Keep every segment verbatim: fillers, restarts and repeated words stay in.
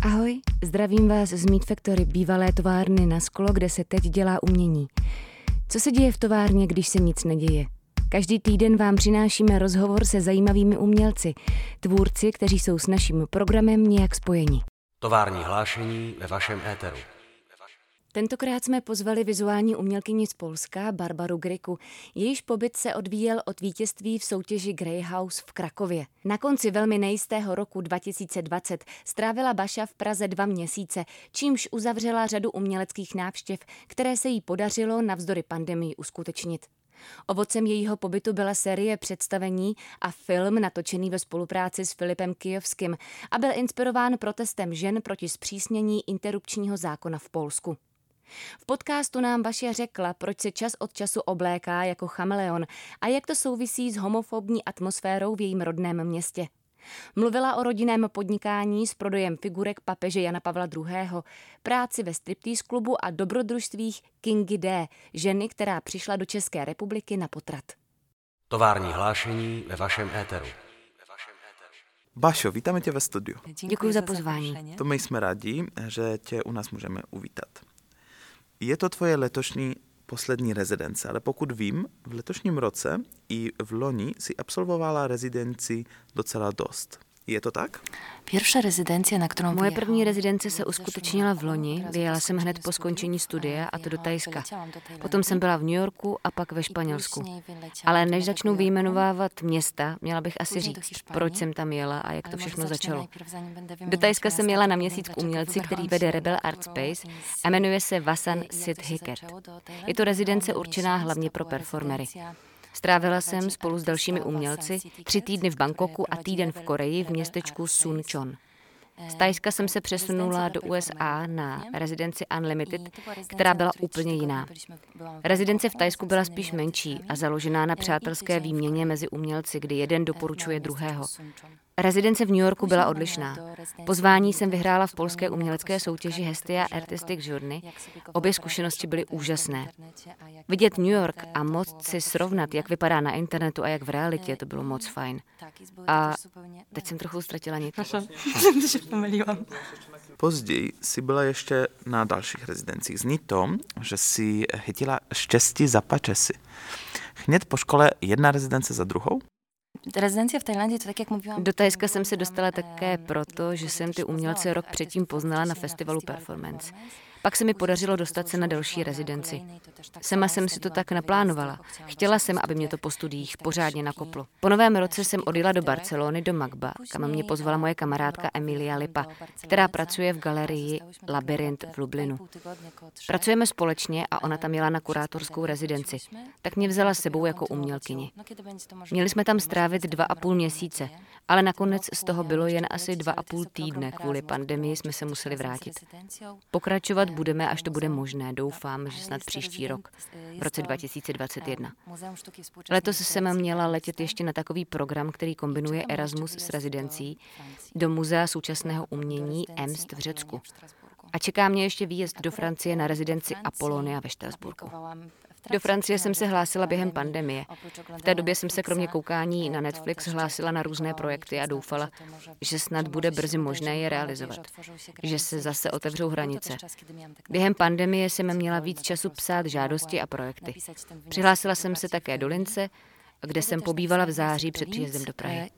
Ahoj, zdravím vás z Meat Factory, bývalé továrny na sklo, kde se teď dělá umění. Co se děje v továrně, když se nic neděje? Každý týden vám přinášíme rozhovor se zajímavými umělci, tvůrci, kteří jsou s naším programem nějak spojeni. Tovární hlášení ve vašem éteru. Tentokrát jsme pozvali vizuální umělkyni z Polska, Barbaru Griku. Jejíž pobyt se odvíjel od vítězství v soutěži Grey House v Krakově. Na konci velmi nejistého roku dva tisíce dvacet strávila Baša v Praze dva měsíce, čímž uzavřela řadu uměleckých návštěv, které se jí podařilo navzdory pandemii uskutečnit. Ovocem jejího pobytu byla série představení a film natočený ve spolupráci s Filipem Kyjovským a byl inspirován protestem žen proti zpřísnění interrupčního zákona v Polsku. V podcastu nám Baša řekla, proč se čas od času obléká jako chameleon a jak to souvisí s homofobní atmosférou v jejím rodném městě. Mluvila o rodinném podnikání s prodejem figurek papeže Jana Pavla druhého., práci ve striptease klubu a dobrodružstvích Kingy D., ženy, která přišla do České republiky na potrat. Tovární hlášení ve vašem éteru. Bašo, vítáme tě ve studiu. Děkuji za pozvání. To my jsme rádi, že tě u nás můžeme uvítat. Je to tvoje letošní poslední rezidence, ale pokud vím, v letošním roce i v loni si absolvovala rezidenci docela dost. Je to tak? Pierwsza rezydencja, na którą Moje první rezidence se uskutečnila v loni, vyjela jsem hned po skončení studia a to do Thajska. Potom jsem byla v New Yorku a pak ve Španělsku. Ale než začnu vyjmenovávat města, měla bych asi říct, proč jsem tam jela a jak to všechno začalo. Do Thajska jsem jela na měsíc k umělci, který vede Rebel Art Space a jmenuje se Vasan Sidhiket. Je to rezidence určená hlavně pro performery. Strávila jsem spolu s dalšími umělci tři týdny v Bangkoku a týden v Koreji v městečku Suncheon. Z Thajska jsem se přesunula do U S A na rezidenci Unlimited, která byla úplně jiná. Rezidence v Thajsku byla spíš menší a založená na přátelské výměně mezi umělci, kdy jeden doporučuje druhého. Rezidence v New Yorku byla odlišná. Pozvání jsem vyhrála v polské umělecké soutěži Hestia Artistic Journey. Obě zkušenosti byly úžasné. Vidět New York a moct si srovnat, jak vypadá na internetu a jak v realitě, to bylo moc fajn. A teď jsem trochu ztratila nit. Později si byla ještě na dalších rezidencích. Zní to, že si chytila štěstí za pačesy. Hned po škole jedna rezidence za druhou? Rezydencja v Tajlandii, to tak jak mówiłam. Do Thajska jsem se dostala také proto, že jsem ty umělce rok předtím poznala na festivalu Performance. Pak se mi podařilo dostat se na další rezidenci. Sama jsem si to tak naplánovala. Chtěla jsem, aby mě to po studiích pořádně nakoplo. Po novém roce jsem odjela do Barcelony, do Magba, kam mě pozvala moje kamarádka Emilia Lipa, která pracuje v galerii Labyrint v Lublinu. Pracujeme společně a ona tam jela na kurátorskou rezidenci, tak mě vzala s sebou jako umělkyni. Měli jsme tam strávit dva a půl měsíce, ale nakonec z toho bylo jen asi dva a půl týdne, kvůli pandemii jsme se museli vrátit. Pokračovat budeme, až to bude možné. Doufám, že snad příští rok, v roce dva tisíce dvacet jedna. Letos jsem měla letět ještě na takový program, který kombinuje Erasmus s rezidencí do Muzea současného umění Emst v Řecku. A čeká mě ještě výjezd do Francie na rezidenci Apollonia ve Štrasburku. Do Francie jsem se hlásila během pandemie. V té době jsem se kromě koukání na Netflix hlásila na různé projekty a doufala, že snad bude brzy možné je realizovat, že se zase otevřou hranice. Během pandemie jsem měla víc času psát žádosti a projekty. Přihlásila jsem se také do Lince, kde jsem pobývala v září před příjezdem do Prahy.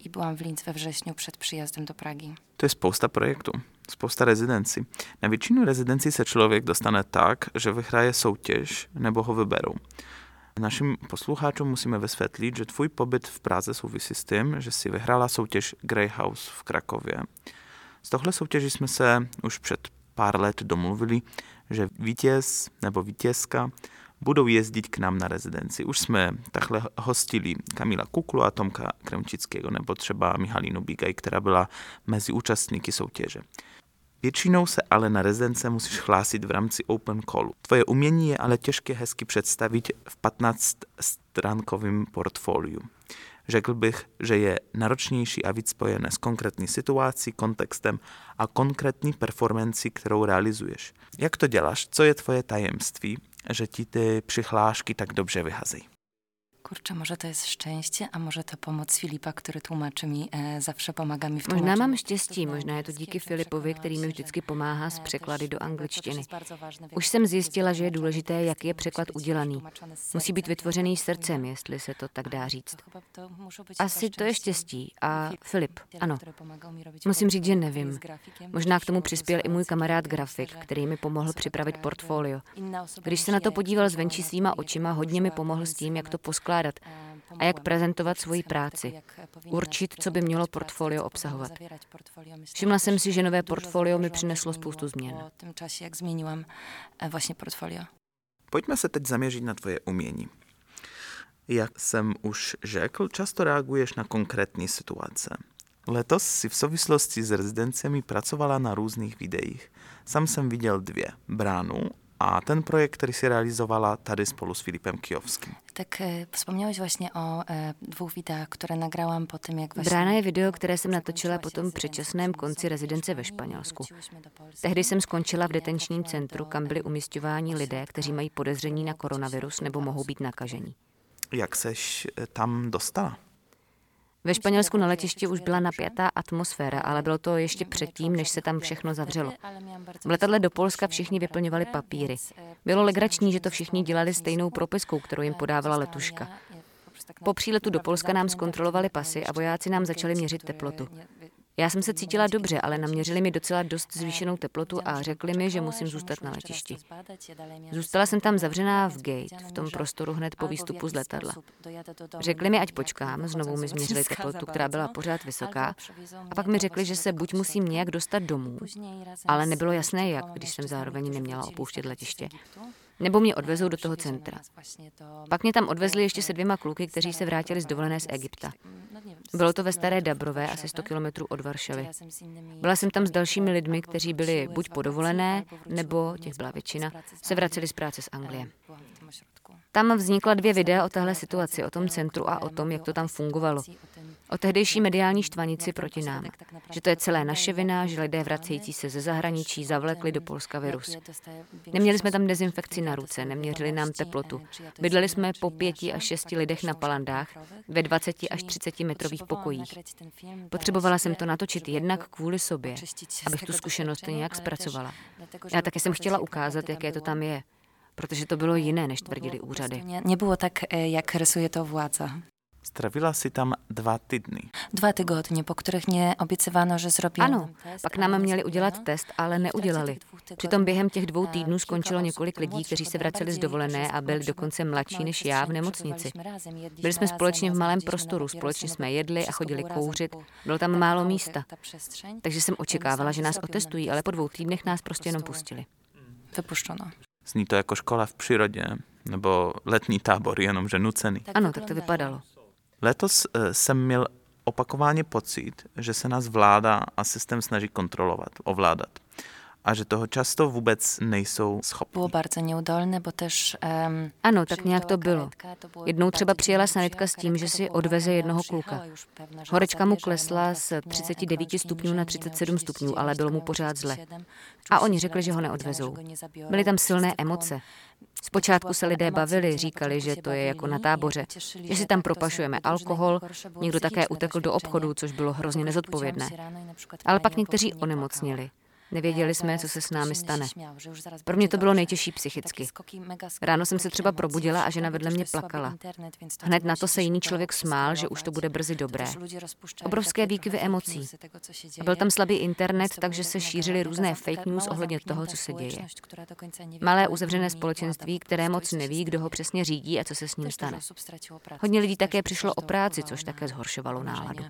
To je spousta projektů, spousta rezidencí. Na většinu rezidencí se člověk dostane tak, že vyhraje soutěž nebo ho vyberou. Našim posluchačům musíme vysvětlit, že tvůj pobyt v Praze souvisí s tím, že si vyhrála soutěž Grey House v Krakově. Z tohle soutěži jsme se už před pár let domluvili, že vítěz nebo vítězka budou jezdit k nám na rezidenci. Už jsme takhle hostili Kamila Kuklu a Tomka Kremčického nebo třeba Michalinu Bigaj, která byla mezi účastníky soutěže. Většinou se ale na rezidence musíš hlásit v rámci open callu. Tvoje umění je ale těžké hezky představit v patnáctistránkovém portfoliu. Řekl bych, že je náročnější a víc spojené s konkrétní situací, kontextem a konkrétní performancí, kterou realizuješ. Jak to děláš? Co je tvoje tajemství, že ti ty přihlášky tak dobře vyhazejí? Kurczę, może to jest szczęście, a może to pomoc Filipa, który tłumaczy mi, e, zawsze pomaga mi v Možná mám štěstí, možná je to díky Filipovi, který mi vždycky pomáhá s překlady do angličtiny. Už jsem zjistila, že je důležité, jak je překlad udělaný. Musí být vytvořený srdcem, jestli se to tak dá říct. Asi to je štěstí. A Filip, ano. Musím říct, že nevím. Možná k tomu přispěl i můj kamarád grafik, který mi pomohl připravit portfolio. Když se na to podíval zvenčí svýma očima, hodně mi pomohl s tím, jak to poskládat a jak prezentovat svoji práci. Určit, co by mělo portfolio obsahovat. Všimla jsem si, že nové portfolio mi přineslo spoustu změn. Pojďme se teď zaměřit na tvoje umění. Jak jsem už řekl, často reaguješ na konkrétní situace. Letos si v souvislosti s rezidencemi pracovala na různých videích. Sam jsem viděl dvě. Bránu a ten projekt, který si realizovala tady spolu s Filipem Kijowskim. Tak e, wspomniałeś właśnie o e, dwóch videách, které nagrałam po tym, jak vlastně... Brána je video, které jsem natočila po tom předčasném konci rezidence ve Španělsku. Tehdy jsem skončila v detenčním centru, kam byli umisťováni lidé, kteří mají podezření na koronavirus nebo mohou být nakažení. Jak seš tam dostala? Ve Španělsku na letišti už byla napjatá atmosféra, ale bylo to ještě předtím, než se tam všechno zavřelo. V letadle do Polska všichni vyplňovali papíry. Bylo legrační, že to všichni dělali stejnou propiskou, kterou jim podávala letuška. Po příletu do Polska nám zkontrolovali pasy a vojáci nám začali měřit teplotu. Já jsem se cítila dobře, ale naměřili mi docela dost zvýšenou teplotu a řekli mi, že musím zůstat na letišti. Zůstala jsem tam zavřená v gate, v tom prostoru hned po výstupu z letadla. Řekli mi, ať počkám, znovu mi změřili teplotu, která byla pořád vysoká, a pak mi řekli, že se buď musím nějak dostat domů, ale nebylo jasné jak, když jsem zároveň neměla opouštět letiště. Nebo mě odvezou do toho centra. Pak mě tam odvezli ještě se dvěma kluky, kteří se vrátili z dovolené z Egypta. Bylo to ve Staré Dabrové, asi sto kilometrů od Varšavy. Byla jsem tam s dalšími lidmi, kteří byli buď po dovolené, nebo, těch byla většina, se vraceli z práce z Anglie. Tam vznikla dvě videa o téhle situaci, o tom centru a o tom, jak to tam fungovalo. O tehdejší mediální štvanici proti nám. Že to je celé naše vina, že lidé vracející se ze zahraničí zavlekli do Polska virus. Neměli jsme tam dezinfekci na ruce, neměřili nám teplotu. Bydleli jsme po pěti až šesti lidech na palandách ve dvaceti až třiceti metrových pokojích. Potřebovala jsem to natočit jednak kvůli sobě, abych tu zkušenost nějak zpracovala. Já taky jsem chtěla ukázat, jaké to tam je. Protože to bylo jiné, než tvrdili úřady. Nebylo tak, jak rysuje to vládza. Stravila si tam dva týdny. Dva tygodnie, po kterých mě obiecywano, že zrobí. Ano, pak nám měli udělat test, ale neudělali. Přitom během těch dvou týdnů skončilo několik lidí, kteří se vraceli z dovolené a byli dokonce mladší než já v nemocnici. Byli jsme společně v malém prostoru, společně jsme jedli a chodili kouřit. Bylo tam málo místa. Takže jsem očekávala, že nás otestují, ale po dvou týdnech nás prostě jenom pustili. Vypuštěno. Zní to jako škola v přírodě, nebo letní tábor, jenomže nucený. Ano, tak to vypadalo. Letos jsem měl opakovaně pocit, že se nás vláda a systém snaží kontrolovat, ovládat. A že toho často vůbec nejsou schopni. Bylo bardzo neudolné, bo tež... Um, ano, tak nějak to bylo. Jednou třeba přijela sanitka s tím, že si odveze jednoho kluka. Horečka mu klesla z třiceti devíti stupňů na třicet sedm stupňů, ale bylo mu pořád zle. A oni řekli, že ho neodvezou. Byly tam silné emoce. Zpočátku se lidé bavili, říkali, že to je jako na táboře, že si tam propašujeme alkohol, někdo také utekl do obchodu, což bylo hrozně nezodpovědné. Ale pak někteří onemocnili. Nevěděli jsme, co se s námi stane. Pro mě to bylo nejtěžší psychicky. Ráno jsem se třeba probudila a žena vedle mě plakala. Hned na to se jiný člověk smál, že už to bude brzy dobré. Obrovské výkyvy emocí. Byl tam slabý internet, takže se šířily různé fake news ohledně toho, co se děje. Malé uzavřené společenství, které moc neví, kdo ho přesně řídí a co se s ním stane. Hodně lidí také přišlo o práci, což také zhoršovalo náladu.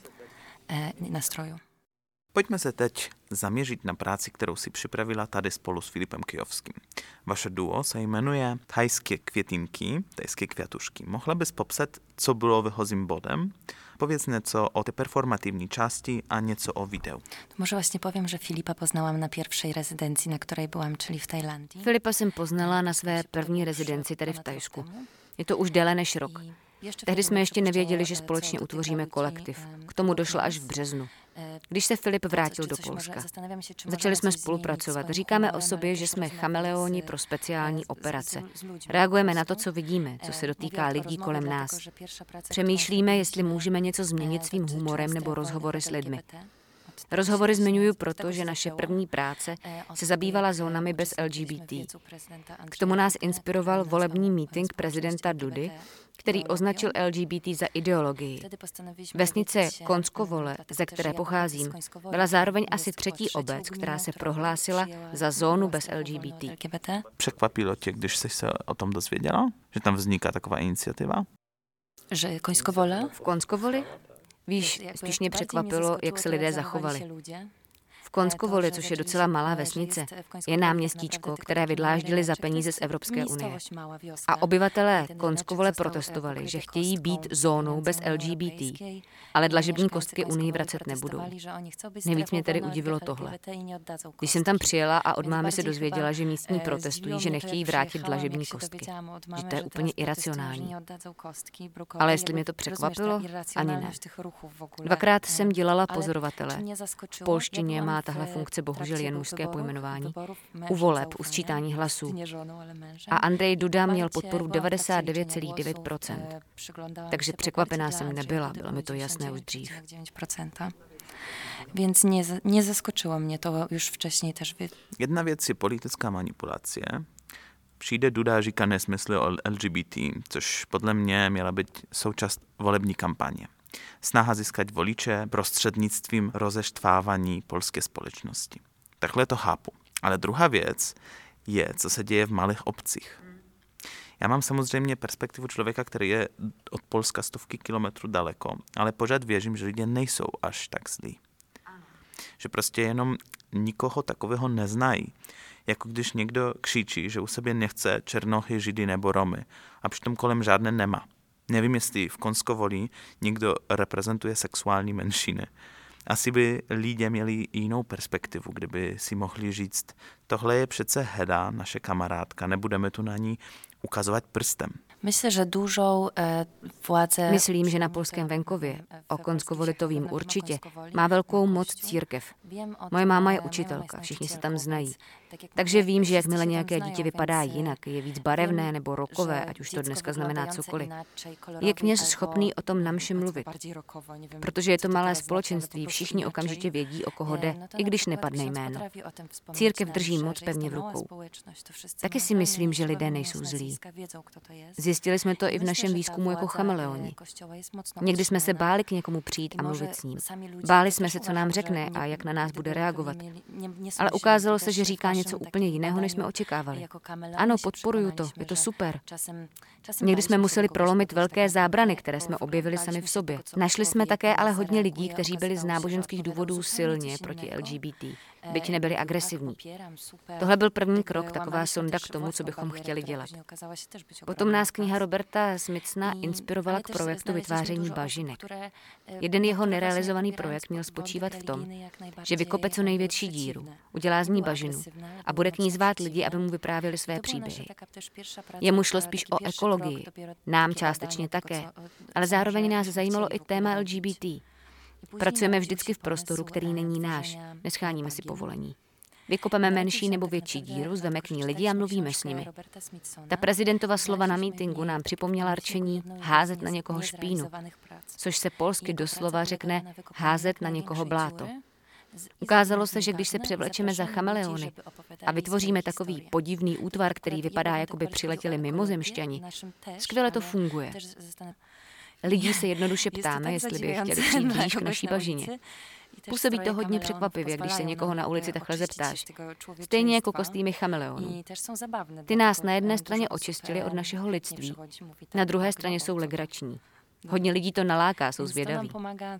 Nastroju. Pojďme se teď zaměřit na práci, kterou si připravila tady spolu s Filipem Kijowskim. Vaše duo se jmenuje Thajské květinky, Thajské květušky. Mohla bys popsat, co bylo vychozím bodem? Powiedz něco o té performativní části a něco o videu. Może właśnie powiem, że Filipa poznałam na pierwszej rezydencji, na której byłam, czyli w Tajlandii. Filipa jsem poznala na své první rezidenci tady v Thajsku. Je to už déle než rok. Tehdy jsme ještě nevěděli, že společně utvoříme kolektiv. K tomu došlo až v březnu. Když se Filip vrátil do Polska. Začali jsme spolupracovat. Říkáme o sobě, že jsme chameleoni pro speciální operace. Reagujeme na to, co vidíme, co se dotýká lidí kolem nás. Přemýšlíme, jestli můžeme něco změnit svým humorem nebo rozhovory s lidmi. Rozhovory zmiňuji proto, že naše první práce se zabývala zónami bez L G B T. K tomu nás inspiroval volební mítink prezidenta Dudy, který označil L G B T za ideologii. Vesnice Konzkovole, ze které pocházím, byla zároveň asi třetí obec, která se prohlásila za zónu bez L G B T. Překvapilo tě, když jsi se o tom dozvěděla, že tam vzniká taková iniciativa? Že Konzkovole? V Konzkovoli? Víš, spíš mě překvapilo, jak se lidé zachovali. V Konzkovoli, což je docela malá vesnice, je náměstíčko, které vydláždili za peníze z Evropské unie. A obyvatelé Konzkovole protestovali, že chtějí být zónou bez L G B T, ale dlažební kostky unii vracet nebudou. Nejvíc mě tedy udivilo tohle. Když jsem tam přijela a od mámy se dozvěděla, že místní protestují, že nechtějí vrátit dlažební kostky. Že to je úplně iracionální. Ale jestli mě to překvapilo, ani ne. Dvakrát jsem dělala pozorovatele. V polštině má tahle funkce bohužel jen mužské pojmenování. U voleb, u sčítání hlasů. A Andrej Duda měl podporu devadesát devět celá devět procent. Takže překvapená jsem nebyla, bylo mi to jasné už dřív. Więc nie, nie zaskoczyło mnie to już wcześniej też. Jedna věc je politická manipulace. Přijde Duda a říká nesmysly o L G B T, což podle mě měla být součást volební kampaně. Snaha získat voliče prostřednictvím rozeštvávání polské společnosti. Takhle to chápu. Ale druhá věc je, co se děje v malých obcích. Já mám samozřejmě perspektivu člověka, který je od Polska stovky kilometrů daleko, ale pořád věřím, že lidé nejsou až tak zlí. Že prostě jenom nikoho takového neznají. Jako když někdo křičí, že u sebe nechce Černochy, Židy nebo Romy a přitom kolem žádné nemá. Nevím, jestli v Konzkovoli někdo reprezentuje sexuální menšiny. Asi by lidé měli jinou perspektivu, kdyby si mohli říct, tohle je přece Heda, naše kamarádka, nebudeme tu na ní ukazovat prstem. Myślę, że dużą e, władzę... Myslím, že na polském venkově, o Konzkovoli to vím určitě, má velkou moc církev. Moje máma je učitelka, všichni se tam znají. Takže vím, že jakmile nějaké dítě vypadá jinak, je víc barevné nebo rokové, ať už to dneska znamená cokoliv, je kněz schopný o tom na mši mluvit. Protože je to malé společenství, všichni okamžitě vědí, o koho jde, i když nepadne jméno. Církev drží moc pevně v rukou. Taky si myslím, že lidé nejsou zlí. Zjistili jsme to i v našem výzkumu jako chameleoni. Někdy jsme se báli k někomu přijít a mluvit s ním. Báli jsme se, co nám řekne a jak na nás bude reagovat. Ale ukázalo se, že říká něco úplně jiného, než jsme očekávali. Ano, podporuju to, je to super. Někdy jsme museli prolomit velké zábrany, které jsme objevili sami v sobě. Našli jsme také ale hodně lidí, kteří byli z náboženských důvodů silně proti L G B T, byť nebyli agresivní. Tohle byl první krok, taková sonda k tomu, co bychom chtěli dělat. Potom nás kniha Roberta Smitsona inspirovala k projektu vytváření bažinek. Jeden jeho nerealizovaný projekt měl spočívat v tom, že vykope co největší díru, udělá z ní bažinu a bude k ní zvát lidi, aby mu vyprávěli své příběhy. Jemu šlo spíš o ekologii, nám částečně také, ale zároveň nás zajímalo i téma L G B T. Pracujeme vždycky v prostoru, který není náš, nescháníme si povolení. Vykopeme menší nebo větší díru, zveme k ní lidi a mluvíme s nimi. Ta prezidentova slova na mítinku nám připomněla rčení házet na někoho špínu, což se polsky doslova řekne házet na někoho bláto. Ukázalo se, že když se převlečeme za chameleony a vytvoříme takový podivný útvar, který vypadá, jako by přiletěli mimozemšťani, skvěle to funguje. Lidí se jednoduše ptáme, jestli by chtěli přijít blíž k naší bažině. Působí to hodně překvapivě, když se někoho na ulici takhle zeptáš. Stejně jako kostýmy chameleonů. Ty nás na jedné straně očistili od našeho lidství, na druhé straně jsou legrační. Hodně lidí to naláká, jsou zvědaví.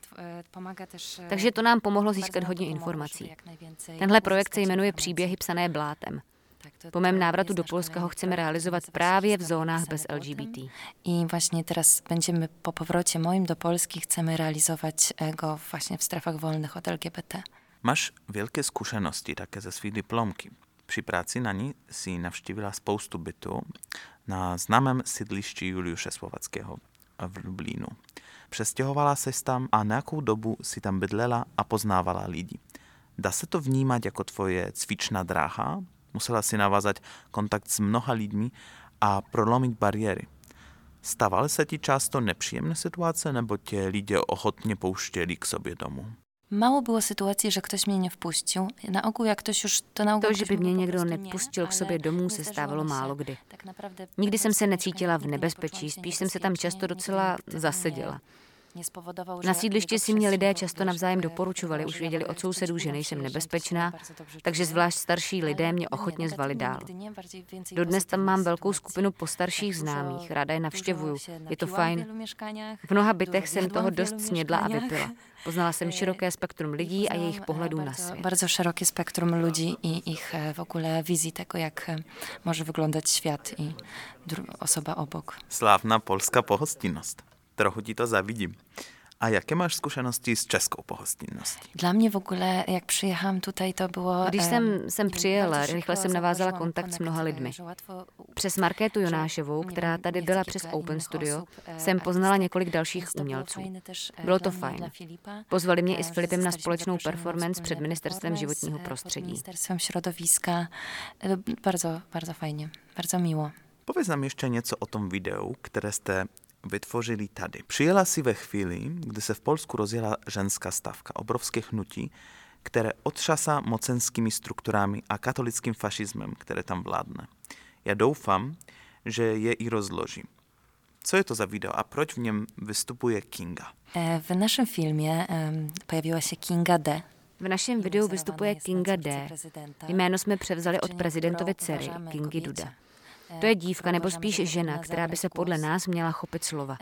Takže to nám pomohlo získat hodně informací. Tenhle projekt se jmenuje Příběhy psané blátem. Po mém návratu do Polska ho chceme realizovat právě v zónách bez L G B T. I właśnie teraz będziemy po powrocie moim do Polski chcemy realizować go właśnie w strefach wolnych od L G B T. Máš velké zkušenosti také ze své diplomky. Při práci na ní si navštívila spoustu bytů na známém sídlišti Juliusze Słowackého v Lublínu. Přestěhovala ses tam a nějakou dobu si tam bydlela a poznávala lidi. Dá se to vnímat jako tvoje cvičná dráha? Musela si navázat kontakt s mnoha lidmi a prolomit bariéry. Stávaly se ti často nepříjemné situace, nebo tě lidé ochotně pouštěli k sobě domů? Mało było sytuacji, że ktoś mnie nie wpuścił. Na ogół jak ktoś już to na ogół To, že by mě někdo nepustil k sobě domů, se stávalo málo kdy. Nikdy jsem se necítila v nebezpečí, spíš jsem se tam často docela zaseděla. Na sídlišti si mě lidé často navzájem doporučovali, už věděli od sousedů, že nejsem nebezpečná, takže zvlášť starší lidé mě ochotně zvali dál. Dodnes tam mám velkou skupinu postarších známých, ráda je navštěvuju, je to fajn. V mnoha bytech jsem toho dost snědla a vypila. Poznala jsem široké spektrum lidí a jejich pohledů na svět. Bardzo szerokie spektrum ludzi i ich w ogóle wizji tego, jak może wyglądać świat i osoba obok. Slávná polská pohostinnost. Trochu ti to zavidím. A jaké máš zkušenosti s českou pohostinností? Dla mě v ogóle, jak přijechám tutaj, to bylo... Když jsem sem přijela, rychle jsem navázala kontakt s mnoha lidmi. Přes Markétu Jonášovou, která tady byla přes Open Studio, jsem poznala několik dalších umělců. Bylo to fajn. Pozvali mě i s Filipem na společnou performance před Ministerstvem životního prostředí. Ministerstvem środowiska. Bardzo, bardzo fajně. Bardzo miło. Pověz nám ještě něco o tom videu, které jste vytvořili tady. Přijela si ve chvíli, kdy se v Polsku rozjela ženská stavka, obrovské hnutí, které otřasá mocenskými strukturami a katolickým fašismem, které tam vládne. Já doufám, že je i rozloží. Co je to za video a proč v něm vystupuje Kinga? V našem filmě pojawiła się Kinga D. V našem videu vystupuje Kinga D. Jméno jsme převzali od prezidentovy dcery, Kingy Duda. To je dívka, nebo spíš žena, která by se podle nás měla chopit slova.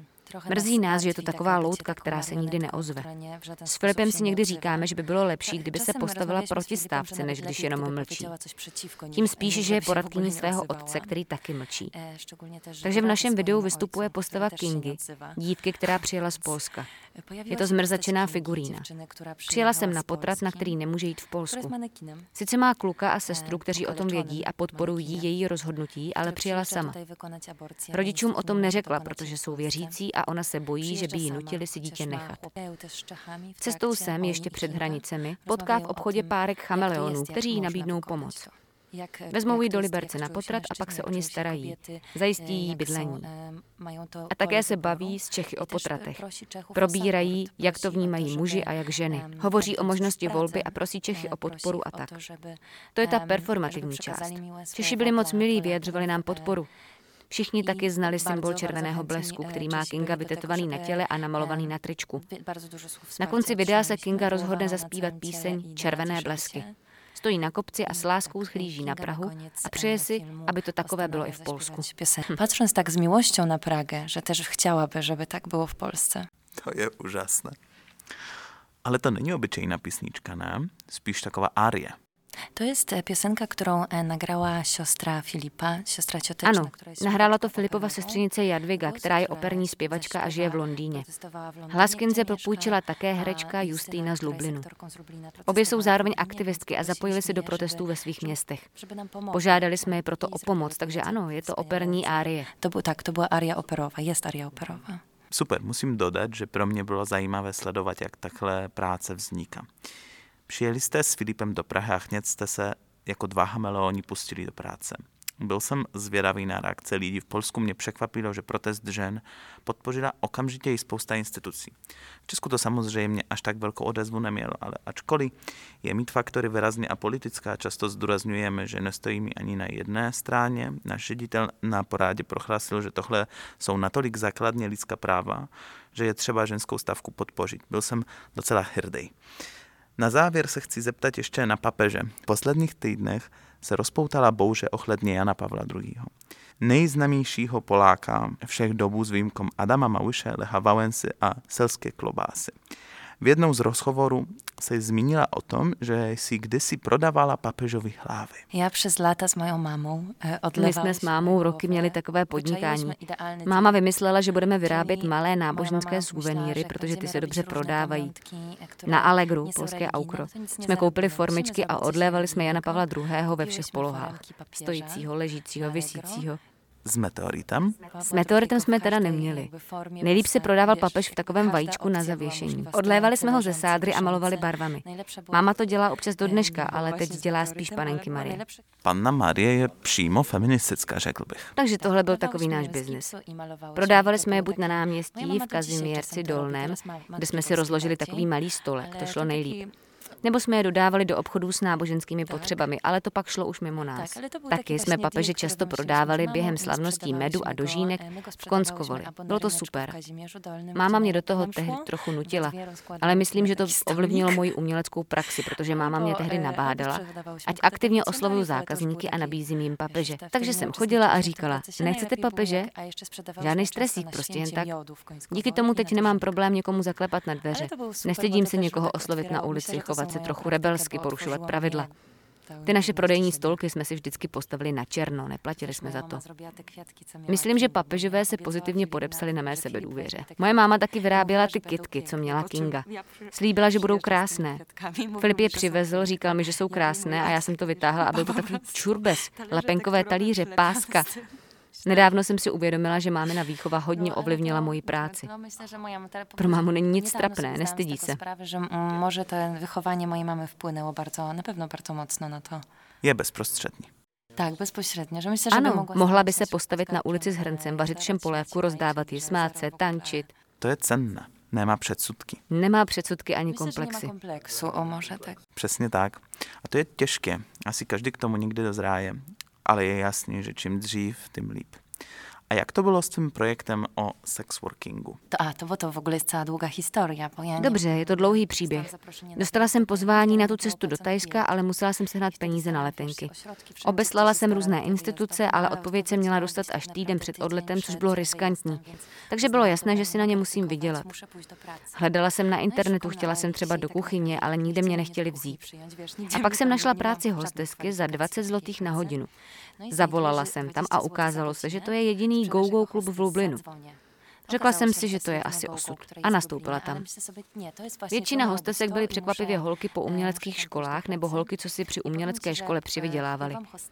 Mrzí nás, že je to taková loutka, která se nikdy neozve. S Filipem si někdy říkáme, že by bylo lepší, kdyby se postavila proti stávce, než když jenom mlčí. Tím spíš, že je poradkyní svého otce, který taky mlčí. Takže v našem videu vystupuje postava Kingy, dívky, která přijela z Polska. Je to zmrzačená figurína. Přijela jsem na potrat, na který nemůže jít v Polsku. Sice má kluka a sestru, kteří o tom vědí a podporují její rozhodnutí, ale přijela sama. Rodičům o tom neřekla, protože jsou věřící a ona se bojí, že by ji nutili si dítě nechat. Cestou sem, ještě před hranicemi, potká v obchodě párek chameleonů, kteří jí nabídnou pomoc. Vezmou ji do Liberce na potrat a pak se o ní starají. Zajistí jí bydlení. A také se baví s Čechy o potratech. Probírají, jak to vnímají muži a jak ženy. Hovoří o možnosti volby a prosí Čechy o podporu a tak. To je ta performativní část. Češi byli moc milí, vyjadřovali nám podporu. Všichni taky znali symbol červeného blesku, který má Kinga vytetovaný na těle a namalovaný na tričku. Na konci videa se Kinga rozhodne zaspívat píseň Červené blesky. Stojí na kopci a s láskou schlíží na Prahu a přeje si, aby to takové bylo i v Polsku. Patrząc tak z miłością na Pragę, że też chciałaby, żeby tak było w Polsce. To je úžasné. Ale to není obyčejná písnička, ne? Spíš taková arie. To jest piosenka, którą nagrała siostra Filipa, siostra cioteczna. Ano, nahrála to Filipova sestřenice Jadwiga, která je operní zpěvačka a žije v Londýně. Hlas Kinze propůjčila také herečka Justýna z Lublinu. Obě jsou zároveň aktivistky a zapojily se do protestů ve svých městech. Požádali jsme je proto o pomoc, takže ano, je to operní árie. To bylo tak, to byla aria operová, jest aria operová. Super, musím dodat, že pro mě bylo zajímavé sledovat, jak takhle práce vzniká. Přijeli jste s Filipem do Prahy a hned jste se jako dva chameleoni pustili do práce. Byl jsem zvědavý na reakce lidí. V Polsku mě překvapilo, že protest žen podpořila okamžitě i spousta institucí. V Česku to samozřejmě až tak velkou odezvu nemělo, ale ačkoliv je mít faktory výrazně apolitická, často zdůrazňujeme, že nestojíme ani na jedné straně. Náš ředitel na porádě prohlásil, že tohle jsou natolik základně lidská práva, že je třeba ženskou stavku podpořit. Byl jsem docela hrdý. Na závěr se chci zeptat ještě na papeže. V posledních týdnech se rozpoutala bouře ohledně Jana Pavla druhého. Nejznámějšího Poláka všech dobů s výjimkou Adama Małysze, Lecha Wałęsy a Selské klobásy. V jednou z rozhovorů se zmínila o tom, že si kdysi prodávala papežovi hlavy. Já přes léta s mojou mámou odlevali. My jsme s mámou roky měli takové podnikání. Máma vymyslela, že budeme vyrábět malé náboženské suvenýry, protože ty se dobře prodávají. Na Allegru, polské aukro, jsme koupili formičky a odlévali jsme Jana Pavla druhého. ve všech polohách. Stojícího, ležícího, visícího. s meteoritem? S meteoritem jsme teda neměli. Nejlíp se prodával papež v takovém vajíčku na zavěšení. Odlévali jsme ho ze sádry a malovali barvami. Máma to dělá občas do dneška, ale teď dělá spíš panenky Marie. Panna Marie je přímo feministická, řekl bych. Takže tohle byl takový náš biznis. Prodávali jsme je buď na náměstí v Kazimierci Dolném, kde jsme si rozložili takový malý stolek, to šlo nejlíp. Nebo jsme je dodávali do obchodů s náboženskými potřebami, ale to pak šlo už mimo nás. Taky jsme papeže často prodávali během slavností medu a dožínek v Konskovoli. Bylo to super. Máma mě do toho tehdy trochu nutila, ale myslím, že to ovlivnilo moji uměleckou praxi, protože máma mě tehdy nabádala, ať aktivně oslovuju zákazníky a nabízím jim papeže. Takže jsem chodila a říkala, nechcete papeže? Žádný stresík, prostě jen tak. Díky tomu teď nemám problém někomu zaklepat na dveře. Nestydím se někoho oslovit na ulici, chovat se trochu rebelsky, porušovat pravidla. Ty naše prodejní stolky jsme si vždycky postavili na černo, neplatili jsme za to. Myslím, že papežové se pozitivně podepsali na mé sebedůvěře. Moje máma taky vyráběla ty kytky, co měla Kinga. Slíbila, že budou krásné. Filip je přivezl, říkal mi, že jsou krásné a já jsem to vytáhla a byl to takový čurbes, lepenkové talíře, páska. Nedávno jsem si uvědomila, že mámina výchova hodně ovlivnila moji práci. Pro mámu není nic trapné, nestydí se. Może to wychowanie mojej mamy wpłynęło bardzo, na pewno bardzo mocno na to. Je bezprostřední. Tak, bezpośrednio. Že myślę, že ano, by mogła mohla by se postavit na ulici s hrncem, vařit všem polévku, rozdávat jí, smát se, tančit. To je cenné. Nemá předsudky. Nemá předsudky ani komplexy. komplexu, o może tak. Přesně tak. A to je těžké. Asi každý k tomu někdy dozráje. Ale je jasný, že čím dřív, tím líp. A jak to bylo s tím projektem o sex workingu? To, a to, bo to v ogóle jest cała długa historia. Bo ja Dobře, je to dlouhý příběh. Dostala jsem pozvání na tu cestu do Thajska, ale musela jsem sehnat peníze na letenky. Obeslala jsem různé instituce, ale odpověď jsem měla dostat až týden před odletem, což bylo riskantní. Takže bylo jasné, že si na ně musím vydělat. Hledala jsem na internetu, chtěla jsem třeba do kuchyně, ale nikde mě nechtěli vzít. A pak jsem našla práci hostesky za dvacet zlotých na hodinu. Zavolala jsem tam a ukázalo se, že to je jediný go-go klub v Lublinu. Řekla jsem si, že to je asi osud a nastoupila tam. Většina hostesek byly překvapivě holky po uměleckých školách nebo holky, co si při umělecké škole přivydělávaly.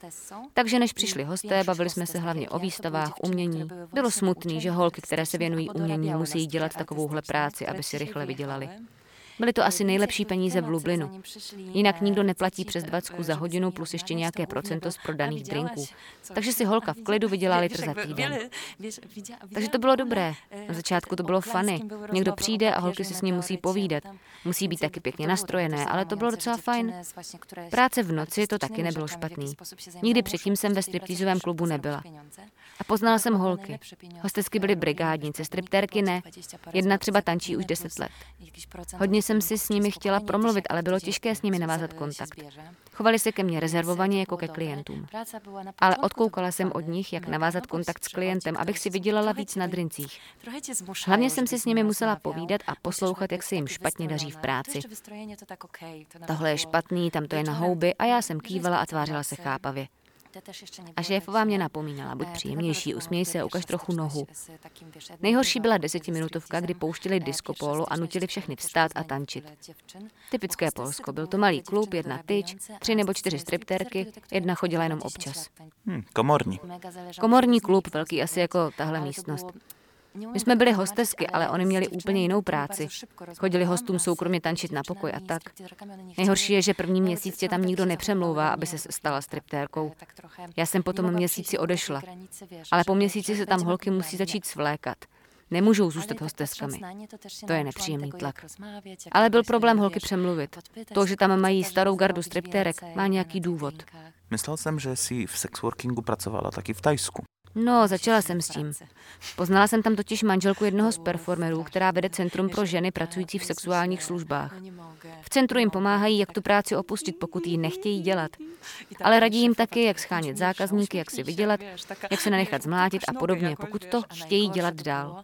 Takže než přišli hosté, bavili jsme se hlavně o výstavách, umění. Bylo smutný, že holky, které se věnují umění, musí dělat takovouhle práci, aby si rychle vydělali. Byly to asi nejlepší peníze v Lublinu. Jinak nikdo neplatí přes dvacku za hodinu plus ještě nějaké procento z prodaných drinků. Takže si holka v klidu vydělá litr za týden. Takže to bylo dobré. Na začátku to bylo funny. Někdo přijde a holky si s ním musí povídat. Musí být taky pěkně nastrojené, ale to bylo docela fajn. Práce v noci to taky nebylo špatný. Nikdy předtím jsem ve striptýzovém klubu nebyla. A poznala jsem holky. Hostesky byly brigádnice, striptérky ne. Jedna třeba tančí už deset let. Hodně jsem si s nimi chtěla promluvit, ale bylo těžké s nimi navázat kontakt. Chovali se ke mně rezervovaně jako ke klientům. Ale odkoukala jsem od nich, jak navázat kontakt s klientem, abych si vydělala víc na drincích. Hlavně jsem si s nimi musela povídat a poslouchat, jak se jim špatně daří v práci. Tohle je špatný, tam to je na houby a já jsem kývala a tvářila se chápavě. A šéfová mě napomínala, buď příjemnější, usměj se, ukaž trochu nohu. Nejhorší byla desetiminutovka, kdy pouštili diskopólu a nutili všechny vstát a tančit. Typické Polsko, byl to malý klub, jedna tyč, tři nebo čtyři striptérky, jedna chodila jenom občas. Hmm, komorní. Komorní klub, velký asi jako tahle místnost. My jsme byli hostesky, ale oni měli úplně jinou práci. Chodili hostům soukromně tančit na pokoj a tak. Nejhorší je, že první měsíc tě tam nikdo nepřemlouvá, aby se stala striptérkou. Já jsem potom měsíci odešla. Ale po měsíci se tam holky musí začít svlékat. Nemůžou zůstat hosteskami. To je nepříjemný tlak. Ale byl problém holky přemluvit. To, že tam mají starou gardu striptérek, má nějaký důvod. Myslel jsem, že jsi v sexworkingu pracovala taky v Thajsku. No, začala jsem s tím. Poznala jsem tam totiž manželku jednoho z performerů, která vede centrum pro ženy pracující v sexuálních službách. V centru jim pomáhají, jak tu práci opustit, pokud ji nechtějí dělat. Ale radí jim taky, jak schánět zákazníky, jak si vydělat, jak se nenechat zmlátit a podobně, pokud to chtějí dělat dál.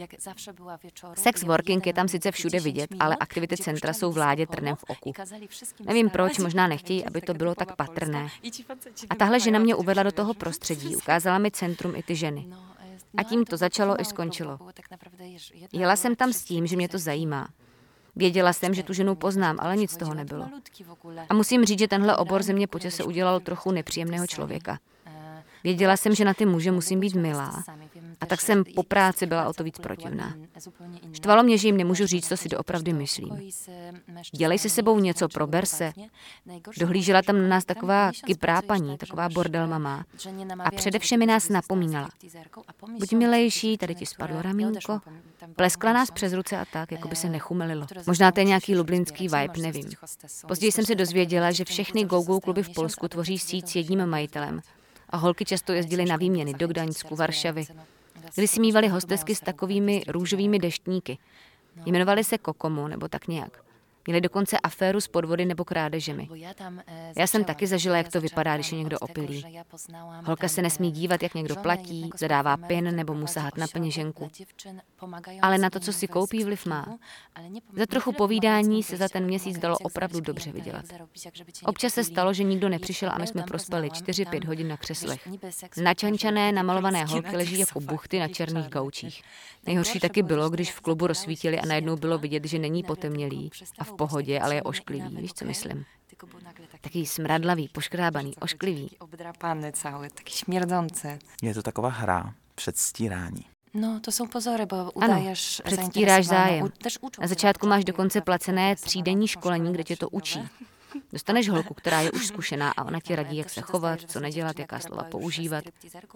Sex working je tam sice všude vidět, ale aktivity centra jsou vládě trnem v oku. Nevím proč, možná nechtějí, aby to bylo tak patrné. A tahle žena mě uvedla do toho prostředí, ukázala mi centrum i ty ženy. A tím to začalo i skončilo. Jela jsem tam s tím, že mě to zajímá. Věděla jsem, že tu ženu poznám, ale nic z toho nebylo. A musím říct, že tenhle obor ze mě po čase udělal trochu nepříjemného člověka. Věděla jsem, že na ty muže musím být milá, a tak jsem po práci byla o to víc protivná. Štvalo mě, že jim nemůžu říct, co si doopravdy myslím. Dělej se sebou něco, prober se. Dohlížela tam na nás taková kyprápaní, taková bordel mama. A především mi nás napomínala. Buď milejší, tady ti spadlo ramínko. Pleskla nás přes ruce a tak, jako by se nechumelilo. Možná to je nějaký lublinský vibe, nevím. Později jsem se dozvěděla, že všechny go-go kluby v Polsku tvoří síť s jedním majitelem. A holky často jezdily na výměny do Gdaňsku, Varšavy, kdy si mívali hostesky s takovými růžovými deštníky. Jmenovali se Kokomo nebo tak nějak. Měli dokonce aféru s podvody nebo krádežemi. Já jsem taky zažila, jak to vypadá, když je někdo opilý. Holka se nesmí dívat, jak někdo platí, zadává pin nebo mu sahat na peněženku. Ale na to, co si koupí, vliv má. Za trochu povídání se za ten měsíc dalo opravdu dobře vydělat. Občas se stalo, že nikdo nepřišel a my jsme prospali čtyři pět hodin na křeslech. Načančané, namalované holky leží jako buchty na černých gaučích. Nejhorší taky bylo, když v klubu rozsvítili a najednou bylo vidět, že není potemnělý a v pohodě, ale je ošklivý, víš, co myslím? Taký smradlavý, poškrábaný, ošklivý. Obdrapany cały, taky śmierdzący. Je to taková hra, předstírání. No, to jsou pozory, bo udaješ ano, předstíráš zájem. Na začátku máš dokonce placené třídenní školení, kde tě to učí. Dostaneš holku, která je už zkušená a ona ti radí, jak se chovat, co nedělat, jaká slova používat.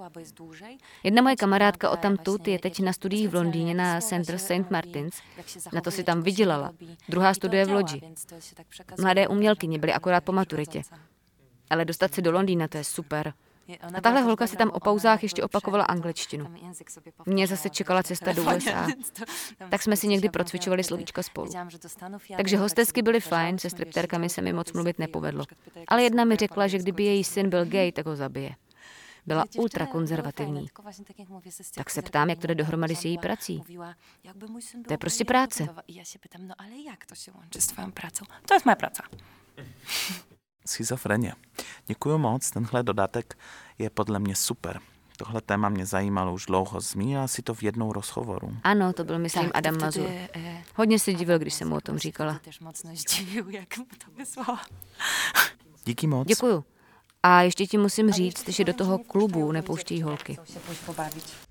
Jedna moje kamarádka odtamtud je teď na studiích v Londýně na Centre Saint Martins. Na to si tam vydělala. Druhá studuje v Lodži. Mladé umělkyně byly akorát po maturitě. Ale dostat se do Londýna, to je super. A tahle holka si tam o pauzách ještě opakovala angličtinu. Mě zase čekala cesta do U S A. Tak jsme si někdy procvičovali slovíčka spolu. Takže hostesky byly fajn, se stripterkami se mi moc mluvit nepovedlo. Ale jedna mi řekla, že kdyby její syn byl gay, tak ho zabije. Byla ultrakonzervativní. Tak se ptám, jak to jde dohromady s její prací. To je prostě práce. To je moje práce. Schizofrenie. Děkuji moc, tenhle dodatek je podle mě super. Tohle téma mě zajímalo už dlouho. Zmínila si to v jednou rozhovoru. Ano, to byl, myslím, Adam Mazur. Hodně se divil, když jsem mu o tom říkala. Díky moc. Děkuju. A ještě ti musím říct, že do toho klubu nepouštějí holky.